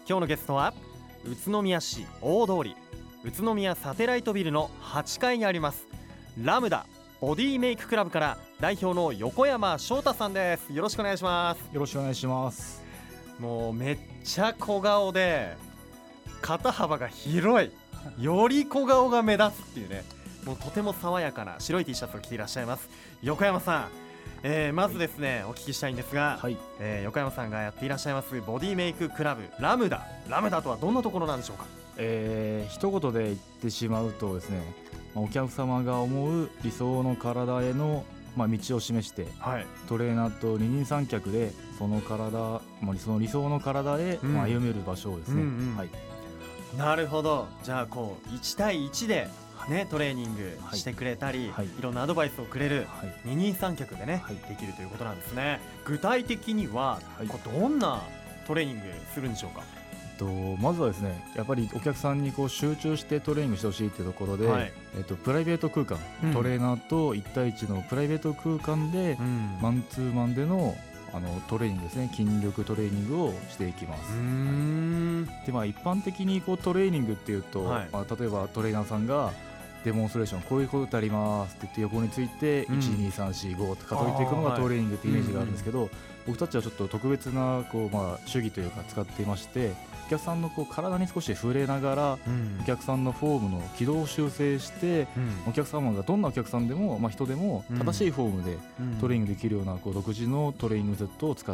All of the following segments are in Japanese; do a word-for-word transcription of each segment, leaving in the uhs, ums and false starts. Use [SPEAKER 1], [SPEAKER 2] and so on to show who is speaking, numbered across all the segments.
[SPEAKER 1] 今日のゲストは宇都宮市大通り宇都宮サテライトビルのはちかいにありますラムダボディメイククラブから代表の横山翔太さんです。よろしくお願いします。
[SPEAKER 2] よろしくお願いします。
[SPEAKER 1] もうめっちゃ小顔で肩幅が広い、より小顔が目立つっていうね、もうとても爽やかな白い T シャツを着ていらっしゃいます横山さん、えー、まずですね、はい、お聞きしたいんですが、はい、えー、横山さんがやっていらっしゃいますボディメイククラブラムダラムダとはどんなところなんでしょうか。
[SPEAKER 2] えー、一言で言ってしまうとですね、お客様が思う理想の体への、まあ、道を示して、はい、トレーナーと二人三脚でその体、まあ、その理想の体へ、うん、まあ、歩める場所をですね、うんうん、はい、な
[SPEAKER 1] るほど。じゃあこういち対いちで、ね、トレーニングしてくれたり、はい、いろんなアドバイスをくれる、はい、二人三脚でね、はい、できるということなんですね。具体的には、はい、こうどんなトレーニングするんでしょうか。
[SPEAKER 2] とまずはですね、やっぱりお客さんにこう集中してトレーニングしてほしいというところで、はい、えっと、プライベート空間、うん、トレーナーといち対いちのプライベート空間で、うん、マンツーマンでのあのトレーニングですね、筋力トレーニングをしていきます。うーん、はい、でまあ、一般的にこうトレーニングっていうと、はい、まあ、例えばトレーナーさんがデモンストレーションこういうことやりますって言って横について、うん、いちにさんしごって数えていくのがトレーニングってイメージがあるんですけど、はい、僕たちはちょっと特別なこう、まあ、主義というか使っていまして、お客さんのこう体に少し触れながら、うん、お客さんのフォームの軌道を修正して、うん、お客様がどんなお客さんでも、まあ、人でも正しいフォームでトレーニングできるようなこう独自のトレーニングセットを使って、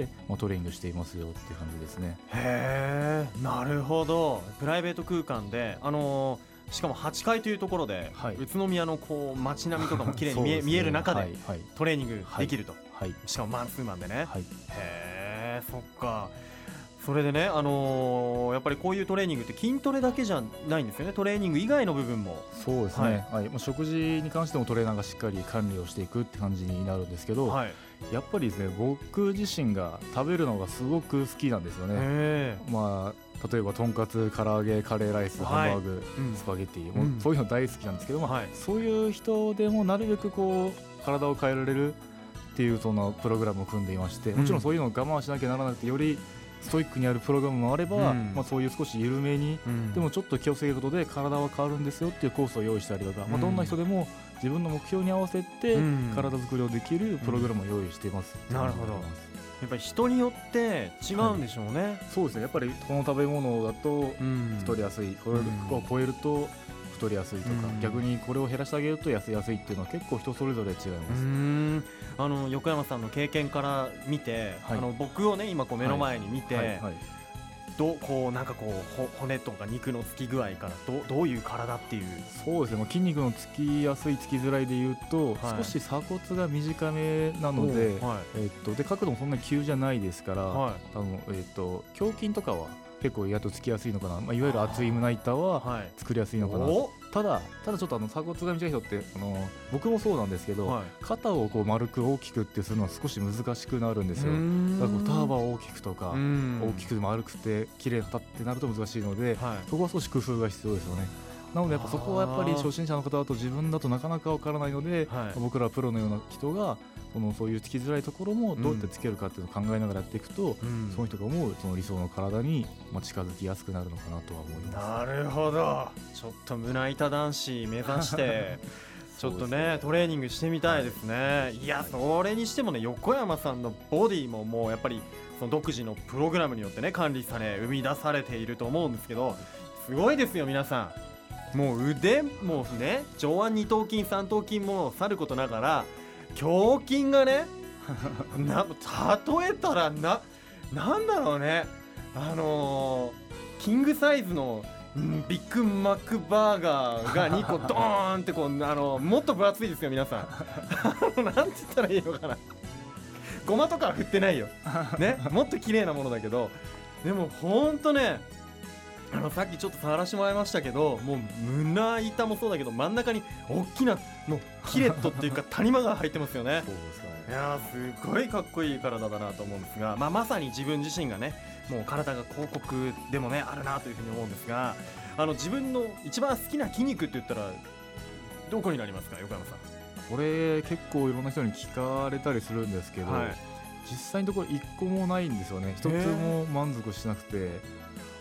[SPEAKER 2] まあ、トレーニングしていますよっていう感じですね。
[SPEAKER 1] へー、なるほど。プライベート空間で、あのーしかもはちかいというところで、はい、宇都宮のこう街並みとかも綺麗に見え、ね、見える中で、はいはい、トレーニングできると、はい、しかもマンツーマンでね、はい、へー、そっか。それでね、あのー、やっぱりこういうトレーニングって筋トレだけじゃないんですよね。トレーニング以外の部分も。
[SPEAKER 2] そうですね、はいはい、まあ、食事に関してもトレーナーがしっかり管理をしていくって感じになるんですけど、はい、やっぱりですね、僕自身が食べるのがすごく好きなんですよね。まあ例えばとんかつ、唐揚げ、カレーライス、ハンバーグ、はい、スパゲッティ、うん、そういうの大好きなんですけど、まあはい、そういう人でもなるべくこう体を変えられるっていうそのプログラムを組んでいまして、もちろんそういうのを我慢しなきゃならなくて、よりストイックにやるプログラムもあれば、うん、まあ、そういう少し緩めに、うん、でもちょっと気をつけることで体は変わるんですよっていうコースを用意したりとか、うん、まあ、どんな人でも自分の目標に合わせて体作りをできるプログラムを用意しています、
[SPEAKER 1] うん、なるほど。やっぱり人によって違うんでしょうね、はい、
[SPEAKER 2] そうですね。やっぱりこの食べ物だと太りやすい、うん、これを超えると太りやすいとか、うん、逆にこれを減らしてあげると痩せやすいっていうのは結構人それぞれ違います。うー
[SPEAKER 1] ん、あの横山さんの経験から見て、はい、あの僕をね今こう目の前に見て、はいはいはい、どこうなんかこう骨とか肉のつき具合から ど, どういう体っていう。
[SPEAKER 2] そうですね、筋肉のつきやすいつきづらいでいうと、はい、少し鎖骨が短めなので、はい、えー、っとで角度もそんなに急じゃないですから、はい、多分、えー、っと胸筋とかは結構意外とつきやすいのかな、まあ、いわゆる厚い胸板は作りやすいのかな、はい、ただただちょっとあの鎖骨が短い人ってあの僕もそうなんですけど、はい、肩をこう丸く大きくってするのは少し難しくなるんですよ。だからこうターバーを大きくとか大きく丸くて綺麗な肩ってなると難しいので、はい、そこは少し工夫が必要ですよね。なのでやっぱそこはやっぱり初心者の方だと自分だとなかなかわからないので、はい、僕らプロのような人がそのそういうつきづらいところもどうやってつけるかっていうのを考えながらやっていくと、うん、その人が思うその理想の体に近づきやすくなるのかなとは思いま
[SPEAKER 1] す。なるほど。ちょっと胸板男子目指してちょっとねトレーニングしてみたいですね、はい、いやそれにしてもね横山さんのボディももうやっぱりその独自のプログラムによってね管理され生み出されていると思うんですけど、すごいですよ皆さん。もう腕もね上腕二頭筋三頭筋もさることながら胸筋がねな例えたらななんだろうね、あのー、キングサイズのビッグマックバーガーがにこドーンってこうあのもっと分厚いですよ皆さんなんて言ったらいいのかな、ごまとかは振ってないよ、ね、もっと綺麗なものだけど、でもほんとねあのさっきちょっと触らせてもらいましたけど、もう胸板もそうだけど真ん中に大きなもうキレットっていうか谷間が入ってますよね。そうですかね。いやーすごいかっこいい体だなと思うんですが、まあ、まさに自分自身がねもう体が広告でもねあるなというふうに思うんですが、あの自分の一番好きな筋肉って言ったらどこになりますか横山さん。
[SPEAKER 2] これ結構いろんな人に聞かれたりするんですけど、はい、実際のところ一個もないんですよね。一つも満足しなくて、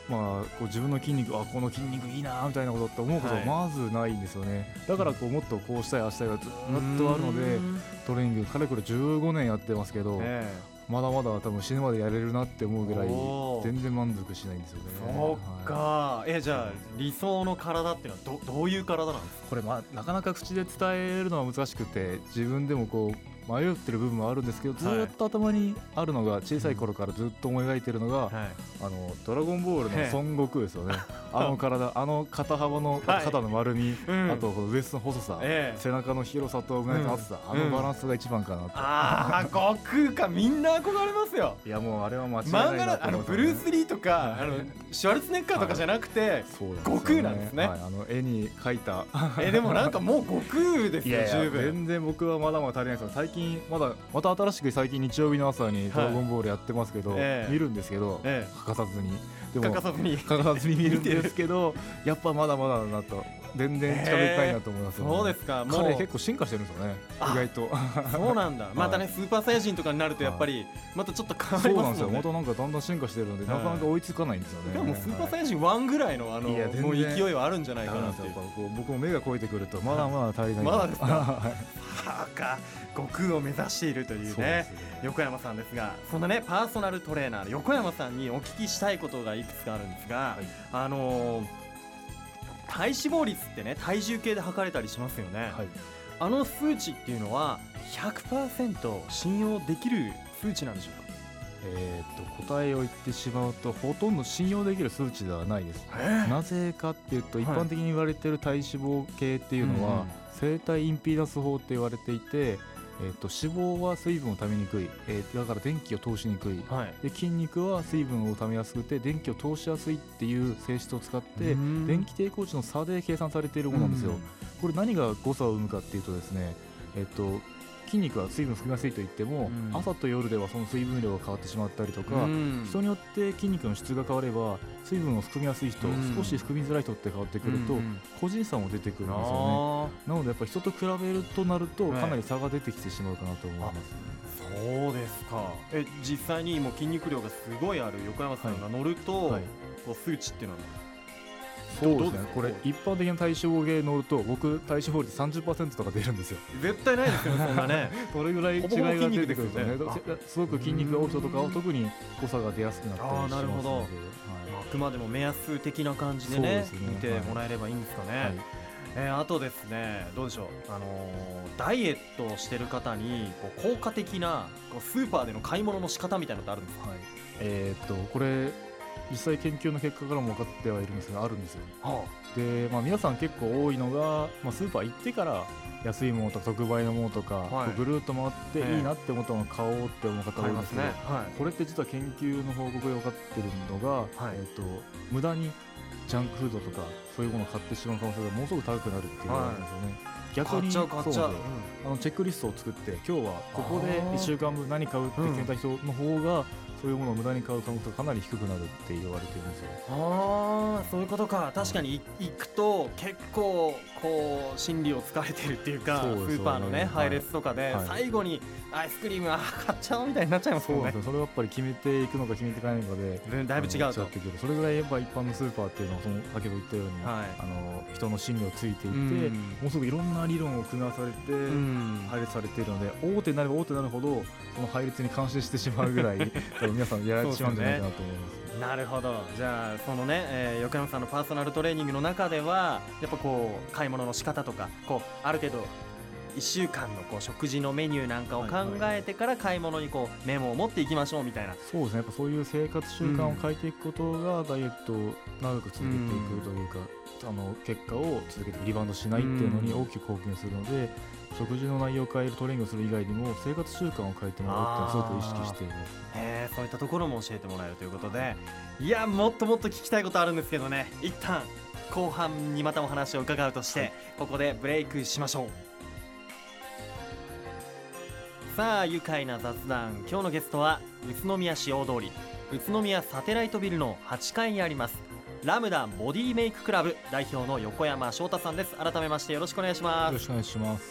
[SPEAKER 2] まあ、こう自分の筋肉あこの筋肉いいなみたいなことって思うことはまずないんですよね、はい、だからこうもっとこうしたいああしたいがずっとあるのでトレーニングかれこれじゅうごねんやってますけど、えー、まだまだ多分死ぬまでやれるなって思うぐらい全然満足しないんですよね。
[SPEAKER 1] そうか、はい、えじゃあ理想の体っていうのは ど, どういう体なんですか？
[SPEAKER 2] これ、まあ、なかなか口で伝えるのは難しくて自分でもこう迷ってる部分もあるんですけど、ずっと頭にあるのが小さい頃からずっと思い描いてるのが、はい、あのドラゴンボールの孫悟空ですよね。あの体、あの肩幅の肩の丸み、はい、あとこのウエストの細さ、ええ、背中の広さと胸の厚さ、うん、あのバランスが一番かなと、うん、
[SPEAKER 1] ああ悟空か、みんな憧れますよ。
[SPEAKER 2] いやもうあれは間違いないなと思います、ね、漫画のあの
[SPEAKER 1] ブルース・リーとか、はい、あのシュワルツェネッガーとかじゃなくて、はい、悟空なんですね、
[SPEAKER 2] はい、あの絵に描いた
[SPEAKER 1] えでもなんかもう悟空ですよ。いやいや
[SPEAKER 2] 十分全然僕はまだまだ足りないですよ。最近まだまた新しく最近日曜日の朝にドラゴンボールやってますけど、はい、見るんですけど、ええ、欠かさずにでも
[SPEAKER 1] 欠かさずに
[SPEAKER 2] 欠かさずに見るんですけどやっぱまだまだだなと全然近づきたいなと思います、ね、
[SPEAKER 1] そうですか。もう
[SPEAKER 2] 彼結構進化してるんですよね意外と。
[SPEAKER 1] そうなんだまたねスーパーサイヤ人とかになるとやっぱりまたちょっと変わりますもんね。
[SPEAKER 2] そうなんですよ。またなんかだんだん進化してるのでなかなか追いつかないんですよね。
[SPEAKER 1] でもスーパーサイヤ人ワンぐらいのあのもう勢いはあるんじゃないかなっていう。
[SPEAKER 2] 僕も目が超えてくるとまだまだ足りない。
[SPEAKER 1] まだですか。はあか悟空を目指しているというね横山さんですが、そんなねパーソナルトレーナーの横山さんにお聞きしたいことがいくつかあるんですが、はい、あのー、体脂肪率ってね体重計で測れたりしますよね、はい、あの数値っていうのは ひゃくパーセント 信用できる数値なんでしょうか？
[SPEAKER 2] えー、と答えを言ってしまうとほとんど信用できる数値ではないです。なぜかっていうと一般的に言われている体脂肪計っていうのは、はい、生体インピーダンス法って言われていて、えー、と脂肪は水分をためにくい、えー、だから電気を通しにくい、はい、で筋肉は水分をためやすくて電気を通しやすいっていう性質を使って電気抵抗値の差で計算されているものなんですよ。これ何が誤差を生むかっていうとですね、えー、と筋肉は水分含みやすいと言っても、うん、朝と夜ではその水分量が変わってしまったりとか、うん、人によって筋肉の質が変われば水分を含みやすい人、うん、少し含みづらい人って変わってくると、うん、個人差も出てくるんですよね。なのでやっぱり人と比べるとなるとかなり差が出てきてしまうかなと思います、ね。
[SPEAKER 1] そうですか。え実際にもう筋肉量がすごいある横山さんが乗ると、はいはい、こう数値っていうのは
[SPEAKER 2] そうですね。これ一般的な体脂肪計乗ると僕体脂肪率 さんじゅっパーセント とか出るんですよ。
[SPEAKER 1] 絶対ないですよねそんなね。
[SPEAKER 2] それぐらい違いが出てくるとね、すごく筋肉が多い人とかは特に誤差が出やすくなったりしますので。あ、なるほど、はい、
[SPEAKER 1] あくまでも目安的な感じで ね, でね見てもらえればいいんですかね、はい。えー、あとですねどうでしょう、あのー、ダイエットをしてる方にこう効果的なこうスーパーでの買い物の仕方みたいなのってあるんですか？はい、
[SPEAKER 2] えー、っとこれ実際研究の結果からも分かってはいるんですがあるんですよ、はあ、で、まあ、皆さん結構多いのが、まあ、スーパー行ってから安いものとか特売のものとか、はい、ぐるっと回っていいなって思ったものを買おうって思う方多いんですけど、ね、はい、これって実は研究の報告で分かってるのが、はい、えー、と無駄にジャンクフードとかそういうものを買ってしまう可能性がものすごく高くなるっていうのがあるんですよね、はい、逆に
[SPEAKER 1] 買っちゃう買っちゃう、
[SPEAKER 2] あのチェックリストを作って今日はここでいっしゅうかんぶん何買うって決めた人の方がそういうものを無駄に買う可能性がかなり低くなるって言われてるんですよ。
[SPEAKER 1] ああ、そういうことか。確かに行くと結構こう心理を疲れてるっていうか、スーパーのね配列とかで最後にアイスクリームあ買っちゃおうみたいになっちゃいますもんね。
[SPEAKER 2] そうですよ。それはやっぱり決めていくのか決めていかないのかで
[SPEAKER 1] だいぶ違うと。
[SPEAKER 2] それぐらいやっぱ一般のスーパーっていうのはその先ほど言ったように、はい、あの人の心理をついていて、もうすぐいろんな理論を組み合わされて配列されているので、大手になれば大手になるほどその配列に感心してしまうぐらい皆さんやられてしまうんじゃないかなと思います。
[SPEAKER 1] なるほど。じゃあそのね、えー、横山さんのパーソナルトレーニングの中ではやっぱこう買い物の仕方とかこうある程度いっしゅうかんのこう食事のメニューなんかを考えてから買い物にこうメモを持っていきましょうみたいな。
[SPEAKER 2] そうですね。やっぱそういう生活習慣を変えていくことがダイエットを長く続けていくというか、うん、あの結果を続けてリバウンドしないっていうのに大きく貢献するので、うん、食事の内容を変えるトレーニングをする以外にも生活習慣を変えてもらうっていうのをすごく意識しています。
[SPEAKER 1] へー、そういったところも教えてもらえるということで、いやもっともっと聞きたいことあるんですけどね、一旦後半にまたお話を伺うとして、はい、ここでブレイクしましょう。さあ愉快な雑談、今日のゲストは宇都宮市大通り宇都宮サテライトビルのはちかいにありますラムダボディメイククラブ代表の横山翔太さんです。改めましてよろしくお願いします。
[SPEAKER 2] よろしくお願いします。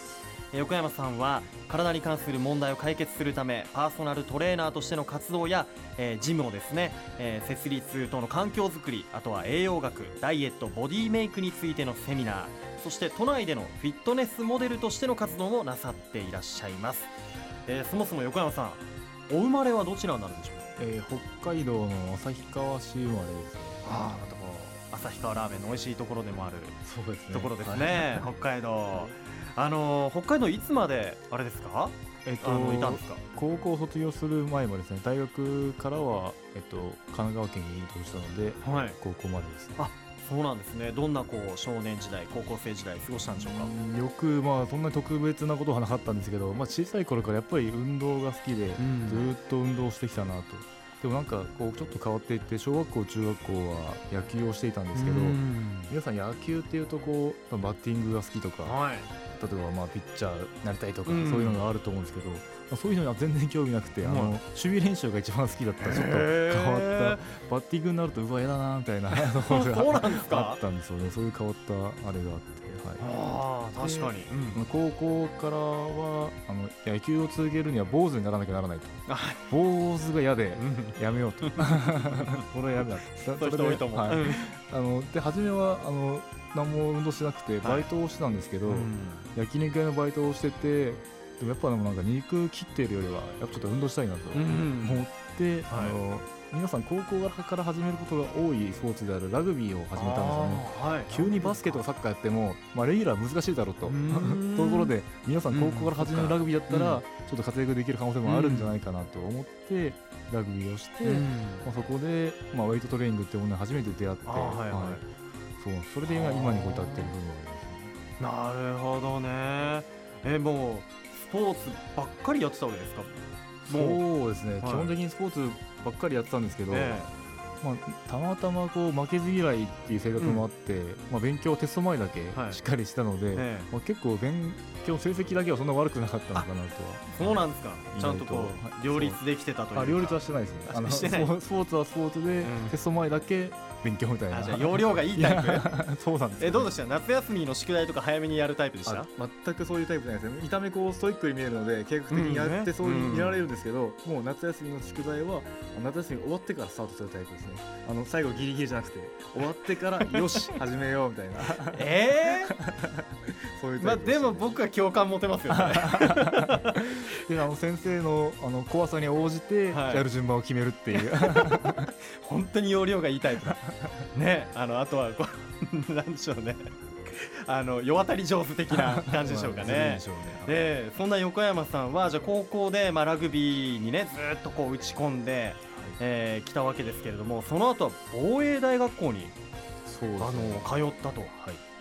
[SPEAKER 1] 横山さんは体に関する問題を解決するためパーソナルトレーナーとしての活動や、えー、ジムをですね、えー、設立等の環境づくり、あとは栄養学、ダイエット、ボディメイクについてのセミナー、そして都内でのフィットネスモデルとしての活動もなさっていらっしゃいます。えー、そもそも横山さん、お生まれはどちらになるんでしょうか？
[SPEAKER 2] えー、北海道の旭川市生まれですね。
[SPEAKER 1] ああ、旭川ラーメンの美味しいところでもある
[SPEAKER 2] そうですね、
[SPEAKER 1] ところですね、はい、北海道、あのー、北海道いつまであれですか、
[SPEAKER 2] えっと、
[SPEAKER 1] あのいたんですか？
[SPEAKER 2] 高校を卒業する前までですね、大学からは、えっと、神奈川県に移動したので、はい、高校までですね。
[SPEAKER 1] あ、そうなんですね。どんなこう少年時代、高校生時代過ごしたんでしょうか？
[SPEAKER 2] うん、よく、まあ、そんなに特別なことはなかったんですけど、まあ、小さい頃からやっぱり運動が好きで、うん、ずっと運動してきたなと。でもなんかこうちょっと変わっていって、小学校中学校は野球をしていたんですけど、皆さん野球っていうとこうバッティングが好きとか、はい、例えばまあピッチャーになりたいとか、そういうのがあると思うんですけど、まあ、そういうのには全然興味なくて、あの守備練習が一番好きだった。ちょっと変わったバッティングになるとうわ嫌だなみたいなところがあったんですよね。そういう変わったあれがあって、はい、
[SPEAKER 1] あ確かに、
[SPEAKER 2] うん、高校からはあの野球を続けるには坊主にならなきゃならないと。坊主が嫌でやめようとこれはやめだと。
[SPEAKER 1] そういう人多いと思う。はい、
[SPEAKER 2] あので初めはあの何も運動しなくてバイトをしてたんですけど、はい、焼肉屋のバイトをしてて、でもやっぱでもなんか肉切ってるよりはやっぱちょっと運動したいなと思って、あの皆さん高校から始めることが多いスポーツであるラグビーを始めたんですよね。はい、急にバスケとかサッカーやっても、まあ、レギュラー難しいだろうと。ところで皆さん高校から始めるラグビーだったらちょっと活躍できる可能性もあるんじゃないかなと思ってラグビーをして、まあ、そこで、まあ、ウェイトトレーニングっていうものに初めて出会って、はいはい、そうそれで今にこう至っている部分がありますね。
[SPEAKER 1] なるほどね。えもうスポーツばっかりやってたわけですか？
[SPEAKER 2] そうですね、はい、基本的にスポーツばっかりやってたんですけど、えーまあ、たまたまこう負けず嫌いっていう性格もあって、うんまあ、勉強テスト前だけしっかりしたので、はいえーまあ、結構勉強成績だけはそんな悪くなかったのかなとは。
[SPEAKER 1] そうなんですか。ちゃんとこう両立できてたというか。
[SPEAKER 2] あ両立はしてないですね。あのスポーツはスポーツで、うん、テスト前だけ勉強みたいな。
[SPEAKER 1] あじゃあ容量がいいタイ
[SPEAKER 2] プそうなんです、ね、
[SPEAKER 1] えどうでした？夏休みの宿題とか早めにやるタイプでした？
[SPEAKER 2] 全くそういうタイプじゃないですね。見た目こうストイックに見えるので計画的にやってそうに見られるんですけど、うんね、もう夏休みの宿題は夏休み終わってからスタートするタイプですね。あの最後ギリギリじゃなくて終わってからよし始めようみたいな
[SPEAKER 1] えーそういうタイプです、ね。まあ、でも僕は共感持てますよね
[SPEAKER 2] であの先生のあの怖さに応じてやる順番を決めるっていう、
[SPEAKER 1] はい、本当に容量がいいタイプだね。あのあとはこうなんでしょうねあの世渡り上手的な感じでしょうかね。でそんな横山さんはじゃあ高校で、まあ、ラグビーにねずっとこう打ち込んで、はいえー、来たわけですけれども、その後は防衛大学校にそうです、ね、あの通ったと、はい、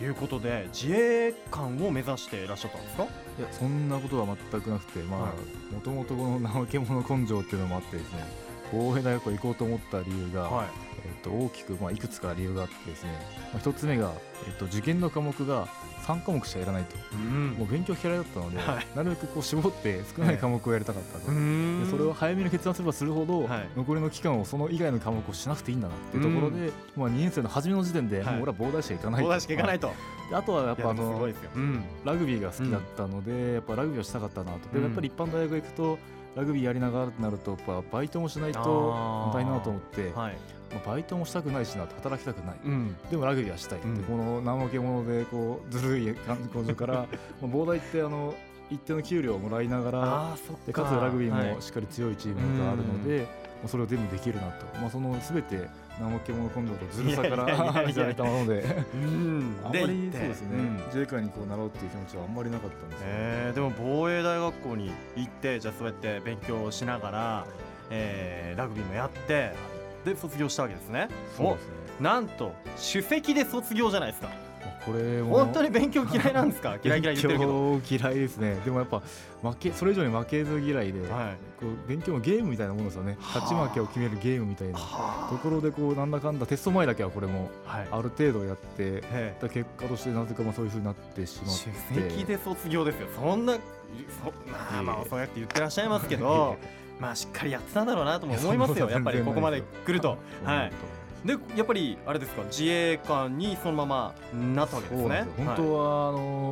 [SPEAKER 1] いうことで自衛官を目指していらっしゃったんですか？
[SPEAKER 2] いやそんなことは全くなくて、まあもともとこの怠け者根性っていうのもあってですね、防衛大学校行こうと思った理由が、はいえー、と大きく、まあ、いくつか理由があってですね、まあ、ひとつめが、えー、と受験の科目がさんかもくしかやらないと、うん、もう勉強嫌いだったので、はい、なるべくこう絞って少ない科目をやりたかったと、はい、でそれを早めに決断すればするほど、はい、残りの期間をその以外の科目をしなくていいんだなっていうところで、まあ、にねん生の初めの時点で、はい、もう俺は防大しか行かないと、
[SPEAKER 1] 防大しか行かないと、
[SPEAKER 2] であとはやっぱあの、うん、ラグビーが好きだったので、うん、やっぱラグビーをしたかったなと。でやっぱり一般大学行くとラグビーやりながらとなるとやっぱバイトもしないともったいなと思って、はいまあ、バイトもしたくないしなと働きたくない、うん、でもラグビーはしたいって、うん、この怠け者でこうずるい感じから防大ってあの一定の給料をもらいながらでかつラグビーもしっかり強いチームがあるので、はい、それを全部できるなと、まあ、その全て怠け者根性とずるさからいただいたものであんまりそうですね、うん、自衛官にこうなろうっていう気持ちはあんまりなかったんですよね。
[SPEAKER 1] えー、でも防衛大学校に行ってじゃあそうやって勉強をしながら、えー、ラグビーもやってで卒業したわけですね。
[SPEAKER 2] そうですね。
[SPEAKER 1] なんと首席で卒業じゃないですか。
[SPEAKER 2] これも
[SPEAKER 1] 本当に勉強嫌いなんですか？嫌い嫌い言ってるけど。
[SPEAKER 2] 勉強嫌いですね。でもやっぱ負けそれ以上に負けず嫌いで、はい、こう勉強もゲームみたいなものですよね。勝ち負けを決めるゲームみたいなところでこうなんだかんだテスト前だけはこれもある程度やって、はい、結果としてなぜかまあそういう風になってしまって。
[SPEAKER 1] 首席で卒業ですよ。そんなそまあまあそうやって言ってらっしゃいますけど、まあしっかりやってたんだろうなとも思いますよ。やっぱりここまで来ると。はい。でやっぱりあれですか、自衛官にそのままなったわけですね。
[SPEAKER 2] 本当はあの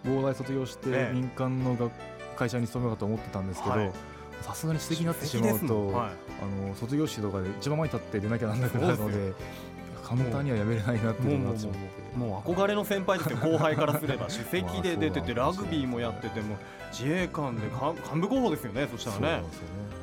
[SPEAKER 2] 膨大卒業して民間の学会社に勤めようかと思ってたんですけど、さすがに指摘になってしまうと、はい、あの卒業式とかで一番前に立って出なきゃなんなくなるので、簡単にはやめれないなっていうのがあって、
[SPEAKER 1] もう憧れの先輩ですよ後輩からすれば首席で出ててラグビーもやってても自衛官で幹部候補ですよね。そしたらね、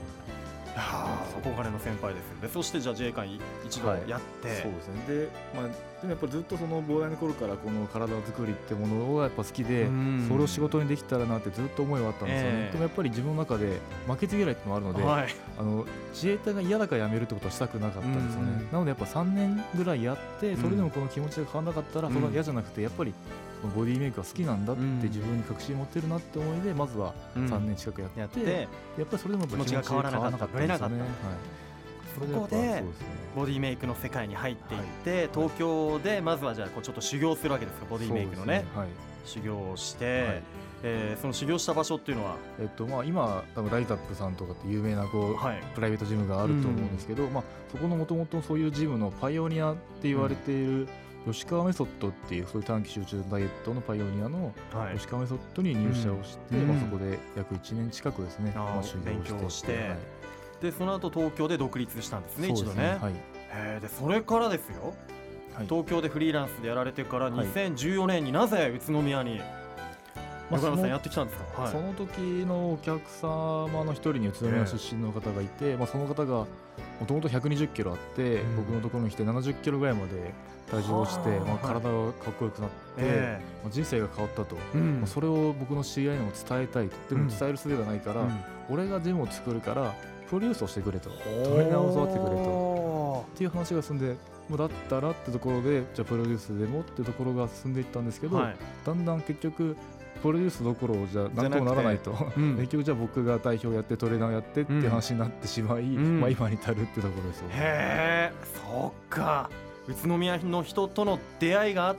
[SPEAKER 1] 憧れの先輩ですよね。そしてじゃあ自衛官一度やって、はい、
[SPEAKER 2] そうですね。で、まあ、でもやっぱりずっとその膨大な頃からこの体作りってものがやっぱ好きで、それを仕事にできたらなってずっと思いはあったんですよね、えー、でもやっぱり自分の中で負けず嫌いってのもあるので、はい、あの自衛隊が嫌だから辞めるってことはしたくなかったんですよね。なのでやっぱさんねんぐらいやってそれでもこの気持ちが変わらなかったらそれは嫌じゃなくて、やっぱりボディメイクが好きなんだって自分に確信持ってるなって思いで、まずはさんねん近くやって、やってやっぱりそれでも気持ちが変わらなかった、ぶれなかった、はい、
[SPEAKER 1] そこでボディメイクの世界に入っていって、はい、東京でまずはじゃあこうちょっと修行するわけですか。ボディメイクの ね, ね、はい、修行をして、はい、えー、その修行した場所っていうのは、
[SPEAKER 2] えっとまあ、今多分ライザップさんとかって有名なこう、はい、プライベートジムがあると思うんですけど、うん、まあ、そこのもともとそういうジムのパイオニアって言われている、うん、吉川メソッドっていうそういう短期集中ダイエットのパイオニアの吉川メソッドに入社をして、はい、まあ、そこで約いちねん近くですね、まあ、修行をして勉強して、はい、
[SPEAKER 1] でその後東京で独立したんですね、一度ね、はい、へでそれからですよ、はい、東京でフリーランスでやられてからにせんじゅうよねんになぜ宇都宮に横山さんやってきたんですか。はい、
[SPEAKER 2] その時のお客様の一人に宇都宮出身の方がいて、まあ、その方がもともとひゃくにじゅっキロあって、うん、僕のところに来てななじゅっキロぐらいまで体重を落ちて、まあ、体がかっこよくなって、えーまあ、人生が変わったと、うん、まあ、それを僕の知り合いにも伝えたいと。でも伝える術がないから、うん、俺がジムを作るからプロデュースをしてくれと、トレーナーを育ててくれとっていう話が進んで、もうだったらってところでじゃあプロデュースでもってところが進んでいったんですけど、はい、だんだん結局プロデュースどころじゃ何ともならないと、うん、結局じゃあ僕が代表やってトレーナーやってっていう話になってしまい、うん、まあ、今に至るってところですよ。
[SPEAKER 1] へー、そっか。宇都宮の人との出会いがあって、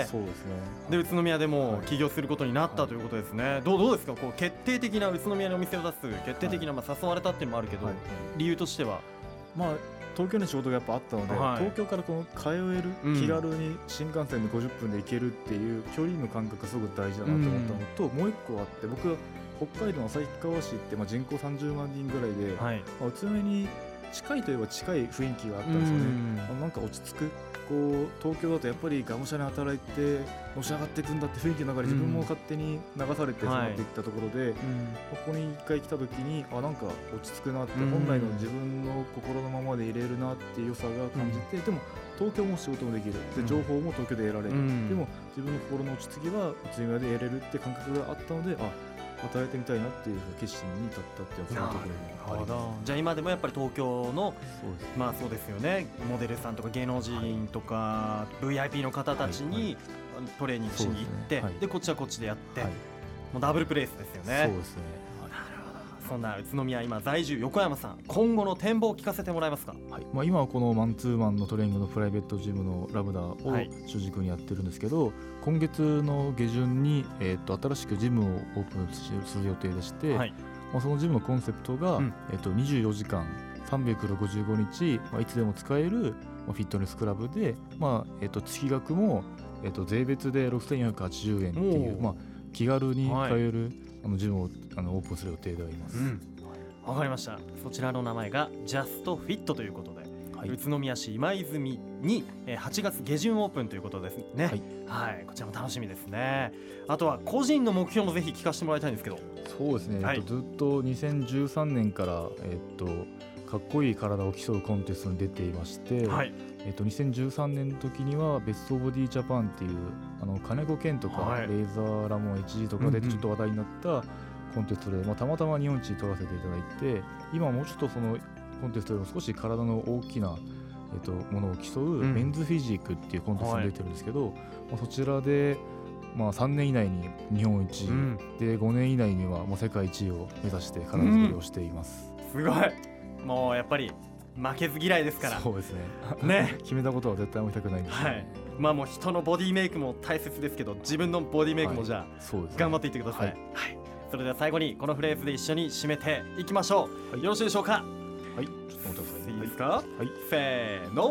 [SPEAKER 2] そうですね、
[SPEAKER 1] で宇都宮でも起業することになった、はい、ということですね。どう、どうですか、こう決定的な宇都宮にお店を出す決定的な、まあ、誘われたっていうのもあるけど、はい、理由としては、
[SPEAKER 2] まあ東京に仕事がやっぱあったので、はい、東京からこの通える、うん、気軽に新幹線でごじゅっぷんで行けるっていう距離の感覚がすごく大事だなと思ったのと、うん、もう一個あって、僕は北海道の旭川市って、まあ、人口さんじゅうまんにんぐらいで、はい、まあ、宇都宮に近いといえば近い雰囲気があったんですよね。うん、なんか落ち着く、こう東京だとやっぱりがむしゃらに働いてのし上がっていくんだって雰囲気の中で自分も勝手に流されて育っていったところで、はい、ここに一回来た時にあなんか落ち着くなって、うん、本来の自分の心のままでいれるなっていう良さが感じて、うん、でも東京も仕事もできるで情報も東京で得られる、うん、でも自分の心の落ち着きは宇都宮で得れるって感覚があったので、あ働いてみたいなっていう決心に至ったっていうそういうところもあります。
[SPEAKER 1] じゃあ今でもやっぱり東京のまあそうですよね、モデルさんとか芸能人とか ブイアイピー の方たちにトレーニングしに行って、はいはい、でこっちはこっちでやって、はい、もうダブルプレイスですよね。
[SPEAKER 2] そうですね。
[SPEAKER 1] そんな宇都宮今在住横山さん、今後の展望を聞かせてもらえますか。
[SPEAKER 2] はい、まあ、今はこのマンツーマンのトレーニングのプライベートジムのラブダを主軸にやってるんですけど、はい、今月の下旬に、えー、と新しくジムをオープンする予定でして、はい、まあ、そのジムのコンセプトが、うん、えー、とにじゅうよじかんさんびゃくろくじゅうごにち、まあ、いつでも使えるフィットネスクラブで、まあえー、と月額も、えー、と税別でろくせんよんひゃくはちじゅうえんっていう、まあ、気軽に通える、はい、あのジムをあのオープンする予定であります。うん、
[SPEAKER 1] わかりました。そちらの名前がジャストフィットということで、はい、宇都宮市今泉にはちがつげじゅんオープンということですね。はい、はい、こちらも楽しみですね。あとは個人の目標もぜひ聞かせてもらいたいんですけど。
[SPEAKER 2] そうですね、はい、ずっとにせんじゅうさんねんから、えっと、かっこいい体を競うコンテストに出ていまして、はい、えっと、にせんじゅうさんねんの時にはベストボディジャパンっていうあの金子健とか、はい、レーザーラモン エイチジー とかでちょっと話題になったコンテストで、まあ、たまたま日本一取らせていただいて、今もうちょっとそのコンテストよりも少し体の大きな、えっと、ものを競う、うん、メンズフィジークっていうコンテストに出てるんですけど、はい、まあ、そちらで、まあ、さんねん以内に日本一、うん、でごねん以内にはもう世界一位を目指して体作りをしています。
[SPEAKER 1] うん、すごい。もうやっぱり負けず嫌いですから。
[SPEAKER 2] そうですね。
[SPEAKER 1] ね
[SPEAKER 2] 決めたことは絶対思いたくないんです、ね。
[SPEAKER 1] はい。まあもう人のボディメイクも大切ですけど、自分のボディメイクもじゃあ、はい、そうですね、頑張っていってください。はい。はい、それでは最後にこのフレーズで一緒に締めていきましょう。はい、よろしいでしょうか。
[SPEAKER 2] はい。
[SPEAKER 1] いいですか。はい。せーの。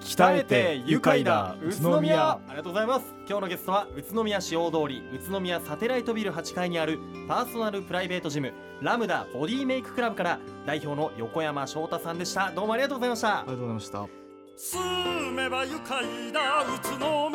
[SPEAKER 1] 鍛えて愉快だ宇都宮。
[SPEAKER 2] 宇都宮
[SPEAKER 1] ありがとうございます。今日のゲストは宇都宮市大通り宇都宮サテライトビルはちかいにあるパーソナルプライベートジムラムダボディメイククラブから代表の横山翔太さんでした。どうもありがとうございました。
[SPEAKER 2] ありがとうございました。
[SPEAKER 3] 住めば愉快だ宇都宮。